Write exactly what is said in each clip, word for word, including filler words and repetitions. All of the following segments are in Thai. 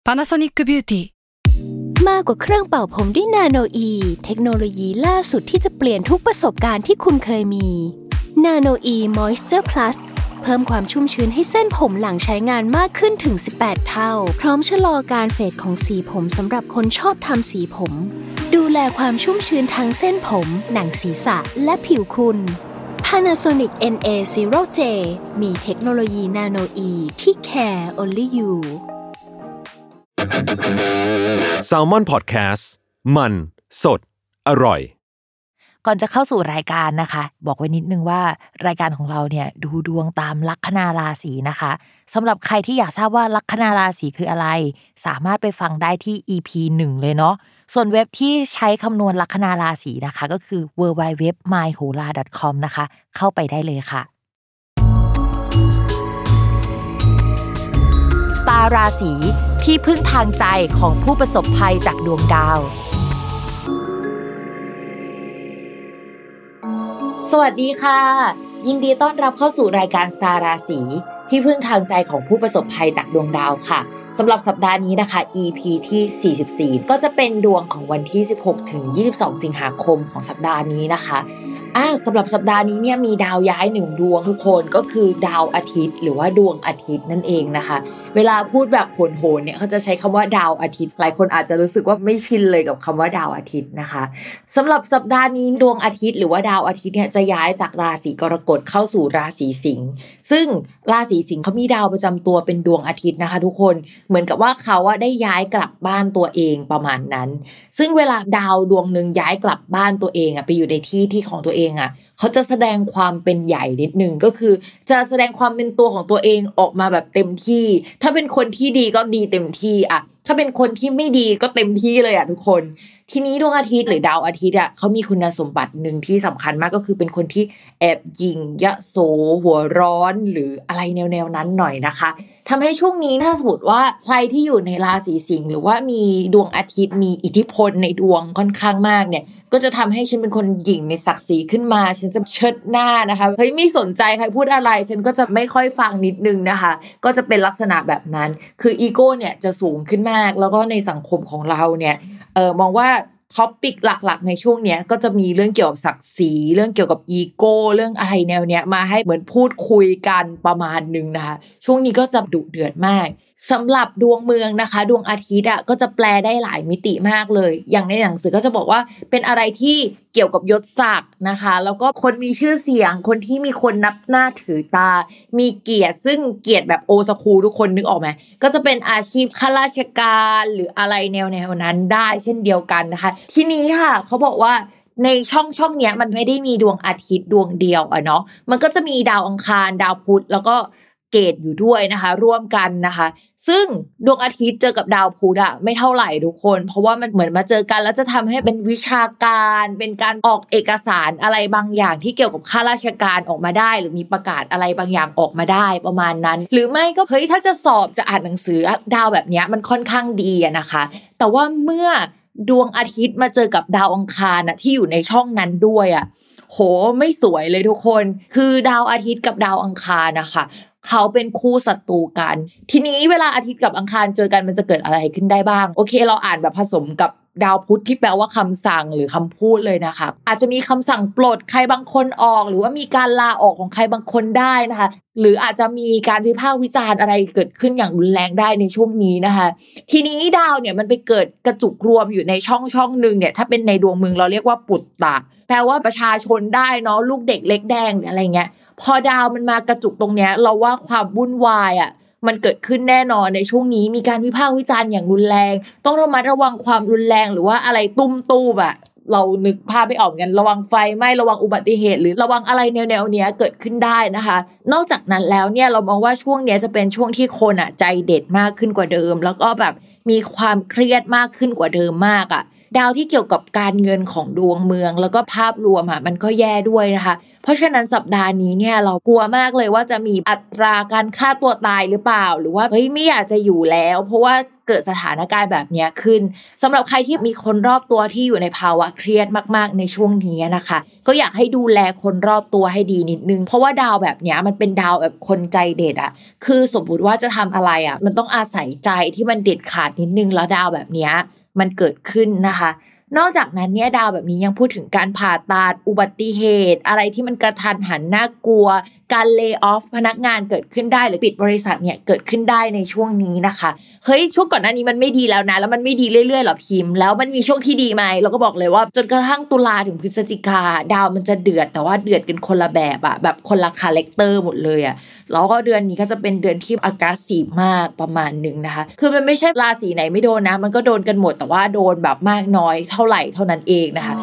Panasonic Beauty มากกว่าเครื่องเป่าผมด้วยนาโนอีเทคโนโลยีล่าสุดที่จะเปลี่ยนทุกประสบการณ์ที่คุณเคยมีนาโนอีมอยส์เจอร์พลัสเพิ่มความชุ่มชื้นให้เส้นผมหลังใช้งานมากขึ้นถึงสิบแปดเท่าพร้อมชะลอการเฟดของสีผมสำหรับคนชอบทำสีผมดูแลความชุ่มชื้นทั้งเส้นผมหนังศีรษะและผิวคุณ Panasonic เอ็น เอ ศูนย์ เจ มีเทคโนโลยีนาโนอีที่ care only you Salmon Podcast มันสดอร่อยก่อนจะเข้าสู่รายการนะคะบอกไว้นิดนึงว่ารายการของเราเนี่ยดูดวงตามลัคนาราศีนะคะสำหรับใครที่อยากทราบว่าลัคนาราศีคืออะไรสามารถไปฟังได้ที่ อี พี หนึ่งเลยเนาะส่วนเว็บที่ใช้คำนวณลัคนาราศีนะคะก็คือ ดับเบิลยู ดับเบิลยู ดับเบิลยู ดอท มายโหรา ดอท คอม นะคะเข้าไปได้เลยค่ะสตาร์ราศีที่พึ่งทางใจของผู้ประสบภัยจากดวงดาวสวัสดีค่ะยินดีต้อนรับเข้าสู่รายการสตาร์ราศีที่พึ่งทางใจของผู้ประสบภัยจากดวงดาวค่ะสำหรับสัปดาห์นี้นะคะ อี พี ที่สี่สิบสี่ก็จะเป็นดวงของวันที่สิบหกถึงยี่สิบสองสิงหาคมของสัปดาห์นี้นะคะอ่าสำหรับสัปดาห์นี้เนี่ยมีดาวย้ายหนึ่งดวงทุกคนก็คือดาวอาทิตย์หรือว่าดวงอาทิตย์นั่นเองนะคะเวลาพูดแบบโหนๆเนี่ยเขาจะใช้คำว่าดาวอาทิตย์หลายคนอาจจะรู้สึกว่าไม่ชินเลยกับคำว่าดาวอาทิตย์นะคะสำหรับสัปดาห์นี้ดวงอาทิตย์หรือว่าดาวอาทิตย์เนี่ยจะย้ายจากราศีกรกฎเข้าสู่ราศีสิงห์ซึ่งราศีสิงห์เขามีดาวประจำตัวเป็นดวงอาทิตย์นะคะทุกคนเหมือนกับว่าเขาอะได้ย้ายกลับบ้านตัวเองประมาณนั้นซึ่งเวลาดาวดวงนึงย้ายกลับบ้านตัวเองอะไปอยู่ในที่ที่ของตัวเองอะเขาจะแสดงความเป็นใหญ่นิดนึงก็คือจะแสดงความเป็นตัวของตัวเองออกมาแบบเต็มที่ถ้าเป็นคนที่ดีก็ดีเต็มที่อะถ้าเป็นคนที่ไม่ดีก็เต็มที่เลยอะทุกคนทีนี้ดวงอาทิตย์หรือดาวอาทิตย์อ่ะเขามีคุณสมบัติหนึ่งที่สำคัญมากก็คือเป็นคนที่แอบหยิ่งยโสหัวร้อนหรืออะไรแนวๆนั้นหน่อยนะคะทำให้ช่วงนี้ถ้าสมมติว่าใครที่อยู่ในราศีสิงห์หรือว่ามีดวงอาทิตย์มีอิทธิพลในดวงค่อนข้างมากเนี่ยก็จะทำให้ฉันเป็นคนหยิ่งในศักดิ์ศรีขึ้นมาฉันจะเชิดหน้านะคะเฮ้ยไม่สนใจใครพูดอะไรฉันก็จะไม่ค่อยฟังนิดนึงนะคะก็จะเป็นลักษณะแบบนั้นคืออีโก้เนี่ยจะสูงขึ้นมากแล้วก็ในสังคมของเราเนี่ยเออมองว่าท็อปิกหลักๆในช่วงเนี้ยก็จะมีเรื่องเกี่ยวกับศักดิ์ศรีเรื่องเกี่ยวกับอีโก้เรื่องอะไรแนวเนี้ยมาให้เหมือนพูดคุยกันประมาณนึงนะคะช่วงนี้ก็จะดุเดือดมากสำหรับดวงเมืองนะคะดวงอาทิตย์อ่ะก็จะแปลได้หลายมิติมากเลยอย่างในหนังสือก็จะบอกว่าเป็นอะไรที่เกี่ยวกับยศศักดิ์นะคะแล้วก็คนมีชื่อเสียงคนที่มีคนนับหน้าถือตามีเกียรติซึ่งเกียรติแบบโอสคูทุกคนนึกออกไหมก็จะเป็นอาชีพข้าราชการหรืออะไรแนวแนวนั้นได้เช่นเดียวกันนะคะทีนี้ค่ะเขาบอกว่าในช่องช่องเนี้ยมันไม่ได้มีดวงอาทิตย์ดวงเดียวอะเนาะมันก็จะมีดาวอังคารดาวพุธแล้วก็เกตอยู่ด้วยนะคะร่วมกันนะคะซึ่งดวงอาทิตย์เจอกับดาวพุธอะไม่เท่าไหร่ทุกคนเพราะว่ามันเหมือนมาเจอกันแล้วจะทำให้เป็นวิชาการเป็นการออกเอกสารอะไรบางอย่างที่เกี่ยวกับข้าราชการออกมาได้หรือมีประกาศอะไรบางอย่างออกมาได้ประมาณนั้นหรือไม่ก็เฮ้ยถ้าจะสอบจะอ่านหนังสือดาวแบบนี้มันค่อนข้างดีอะนะคะแต่ว่าเมื่อดวงอาทิตย์มาเจอกับดาวอังคารน่ะที่อยู่ในช่องนั้นด้วยอ่ะโหไม่สวยเลยทุกคนคือดาวอาทิตย์กับดาวอังคารนะคะเขาเป็นคู่ศัตรูกันทีนี้เวลาอาทิตย์กับอังคารเจอกันมันจะเกิดอะไรขึ้นได้บ้างโอเคเราอ่านแบบผสมกับดาวพุธที่แปลว่าคำสั่งหรือคำพูดเลยนะคะอาจจะมีคำสั่งปลดใครบางคนออกหรือว่ามีการลาออกของใครบางคนได้นะคะหรืออาจจะมีการวิพากษ์วิจารณ์อะไรเกิดขึ้นอย่างรุนแรงได้ในช่วงนี้นะคะทีนี้ดาวเนี่ยมันไปเกิดกระจุกรวมอยู่ในช่องช่องนึงเนี่ยถ้าเป็นในดวงเมืองเราเรียกว่าปุตตะแปลว่าประชาชนได้เนาะลูกเด็กเล็กแดงอะไรเงี้ยพอดาวมันมากระจุกตรงเนี้ยเราว่าความวุ่นวายอ่ะมันเกิดขึ้นแน่นอนในช่วงนี้มีการวิพากษ์วิจารณ์อย่างรุนแรงต้องระมัดระวังความรุนแรงหรือว่าอะไรตุ้มตู้แบบเรานึกภาพไม่ออกเหมือนกันระวังไฟไหม้ระวังอุบัติเหตุหรือระวังอะไรแนวๆเนี้ยเกิดขึ้นได้นะคะนอกจากนั้นแล้วเนี่ยเรามองว่าช่วงเนี้ยจะเป็นช่วงที่คนอ่ะใจเด็ดมากขึ้นกว่าเดิมแล้วก็แบบมีความเครียดมากขึ้นกว่าเดิมมากอ่ะดาวที่เกี่ยวกับการเงินของดวงเมืองแล้วก็ภาพรวมอ่ะมันก็แย่ด้วยนะคะเพราะฉะนั้นสัปดาห์นี้เนี่ยเรากลัวมากเลยว่าจะมีอัตราการฆ่าตัวตายหรือเปล่าหรือว่าเฮ้ยไม่อยากจะอยู่แล้วเพราะว่าเกิดสถานการณ์แบบนี้ขึ้นสำหรับใครที่มีคนรอบตัวที่อยู่ในภาวะเครียดมากๆในช่วงนี้นะคะก็อยากให้ดูแลคนรอบตัวให้ดีนิดนึงเพราะว่าดาวแบบนี้มันเป็นดาวแบบคนใจเด็ดอะคือสมมติว่าจะทำอะไรอะมันต้องอาศัยใจที่มันเด็ดขาดนิดนึงแล้วดาวแบบนี้มันเกิดขึ้นนะคะนอกจากนั้นเนี่ยดาวแบบนี้ยังพูดถึงการผ่าตัดอุบัติเหตุอะไรที่มันกระทันหันน่ากลัวการเลย์ออฟพนักงานเกิดขึ้นได้หรือปิดบริษัทเนี่ยเกิดขึ้นได้ในช่วงนี้นะคะเฮ้ยช่วงก่อนหน้านี้มันไม่ดีแล้วนะแล้วมันไม่ดีเรื่อยๆหรอพิมพ์แล้วมันมีช่วงที่ดีไหมเราก็บอกเลยว่าจนกระทั่งตุลาถึงพฤศจิกาดาวมันจะเดือดแต่ว่าเดือดกันคนละแบบอะแบบคนละคาแรคเตอร์หมดเลยอะแล้วก็เดือนนี้ก็จะเป็นเดือนที่ aggressive มากประมาณนึงนะคะคือมันไม่ใช่ราศีไหนไม่โดนนะมันก็โดนกันหมดแต่ว่าโดนแบบมากน้อยเท่าไหร่เท่านั้นเองนะคะ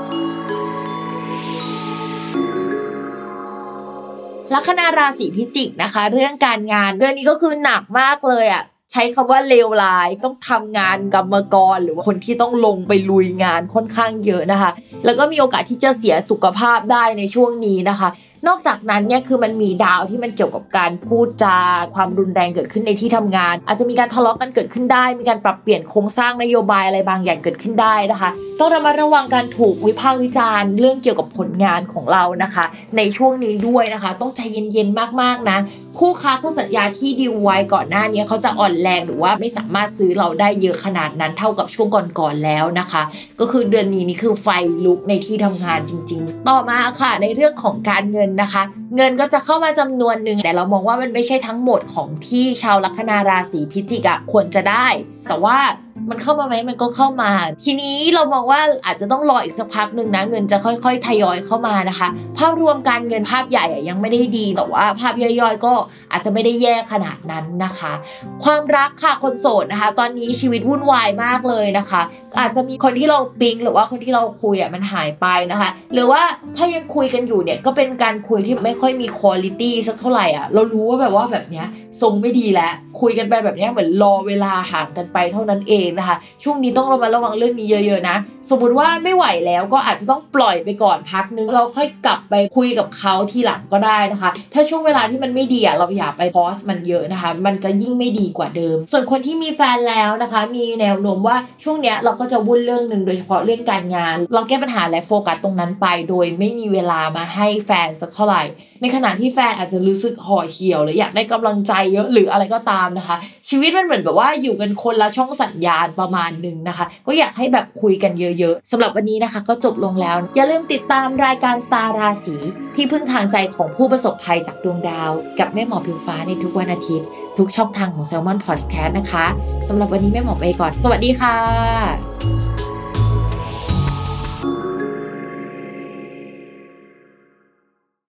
ลัคนาราศีพิจิกนะคะเรื่องการงานเดือนนี้ก็คือหนักมากเลยอ่ะใช้คำว่าเลวร้ายต้องทำงานกรรมกรหรือว่าคนที่ต้องลงไปลุยงานค่อนข้างเยอะนะคะแล้วก็มีโอกาสที่จะเสียสุขภาพได้ในช่วงนี้นะคะนอกจากนั้นเนี่ยคือมันมีดาวที่มันเกี่ยวกับการพูดจาความรุนแรงเกิดขึ้นในที่ทำงานอาจจะมีการทะเลาะกันเกิดขึ้นได้มีการปรับเปลี่ยนโครงสร้างนโยบายอะไรบางอย่างเกิดขึ้นได้นะคะต้องระมัดระวังการถูกวิพากษ์วิจารณ์เรื่องเกี่ยวกับผลงานของเรานะคะในช่วงนี้ด้วยนะคะต้องใจเย็นๆมากๆนะคู่ค้าคู่สัญญาที่ดีลไว้ก่อนหน้านี้เขาจะอ่อนแรงหรือว่าไม่สามารถซื้อเราได้เยอะขนาดนั้นเท่ากับช่วงก่อนๆแล้วนะคะก็คือเดือนนี้นี่คือไฟลุกในที่ทำงานจริงๆต่อมาค่ะในเรื่องของการเงินนะคะเงินก็จะเข้ามาจำนวนหนึ่งแต่เรามองว่ามันไม่ใช่ทั้งหมดของที่ชาวลัคนาราศีพิจิกอะควรจะได้แต่ว่ามันเข้ามาไหมมันก็เข้ามาทีนี้เรามองว่าอาจจะต้องรออีกสักพักนึงนะเงินจะค่อยๆทยอยเข้ามานะคะภาพรวมการเงินภาพใหญ่ยังไม่ได้ดีแต่ว่าภาพย่อยๆก็อาจจะไม่ได้แย่ขนาดนั้นนะคะความรักค่ะคนโสดนะคะตอนนี้ชีวิตวุ่นวายมากเลยนะคะอาจจะมีคนที่เราปิ๊งหรือว่าคนที่เราคุยอ่ะมันหายไปนะคะหรือว่าถ้ายังคุยกันอยู่เนี่ยก็เป็นการคุยที่ไม่ค่อยมีควอลิตี้สักเท่าไหร่อ่ะเรารู้ว่าแบบว่าแบบเนี้ยทรงไม่ดีแล้วคุยกันไปแบบนี้เหมือนรอเวลาห่างกันไปเท่านั้นเองนะคะช่วงนี้ต้องระมัดระวังเรื่องนี้เยอะๆนะสมมุติว่าไม่ไหวแล้วก็อาจจะต้องปล่อยไปก่อนพักนึงเราค่อยกลับไปคุยกับเขาทีหลังก็ได้นะคะถ้าช่วงเวลาที่มันไม่ดีอ่ะเราอย่าไปฟอร์สมันเยอะนะคะมันจะยิ่งไม่ดีกว่าเดิมส่วนคนที่มีแฟนแล้วนะคะมีแนวโน้มว่าช่วงเนี้ยเราก็จะวุ่นเรื่องนึงโดยเฉพาะเรื่องการงานเราแก้ปัญหาและโฟกัสตรงนั้นไปโดยไม่มีเวลามาให้แฟนสักเท่าไหร่ในขณะที่แฟนอาจจะรู้สึกห่อเหี่ยวหรืออยากได้กำลังใจเยอะหรืออะไรก็ตามนะคะชีวิตมันเหมือนแบบว่าอยู่กันคนละช่องสัญญาณประมาณนึงนะคะก็อยากให้แบบคุยกันเยอะๆสำหรับวันนี้นะคะก็จบลงแล้วอย่าลืมติดตามรายการสตาร์ราศีที่พึ่งทางใจของผู้ประสบภัยจากดวงดาวกับแม่หมอพิมฟ้าในทุกวันอาทิตย์ทุกช่องทางของ Salmon Podcast นะคะสำหรับวันนี้แม่หมอไปก่อนสวัสดีค่ะ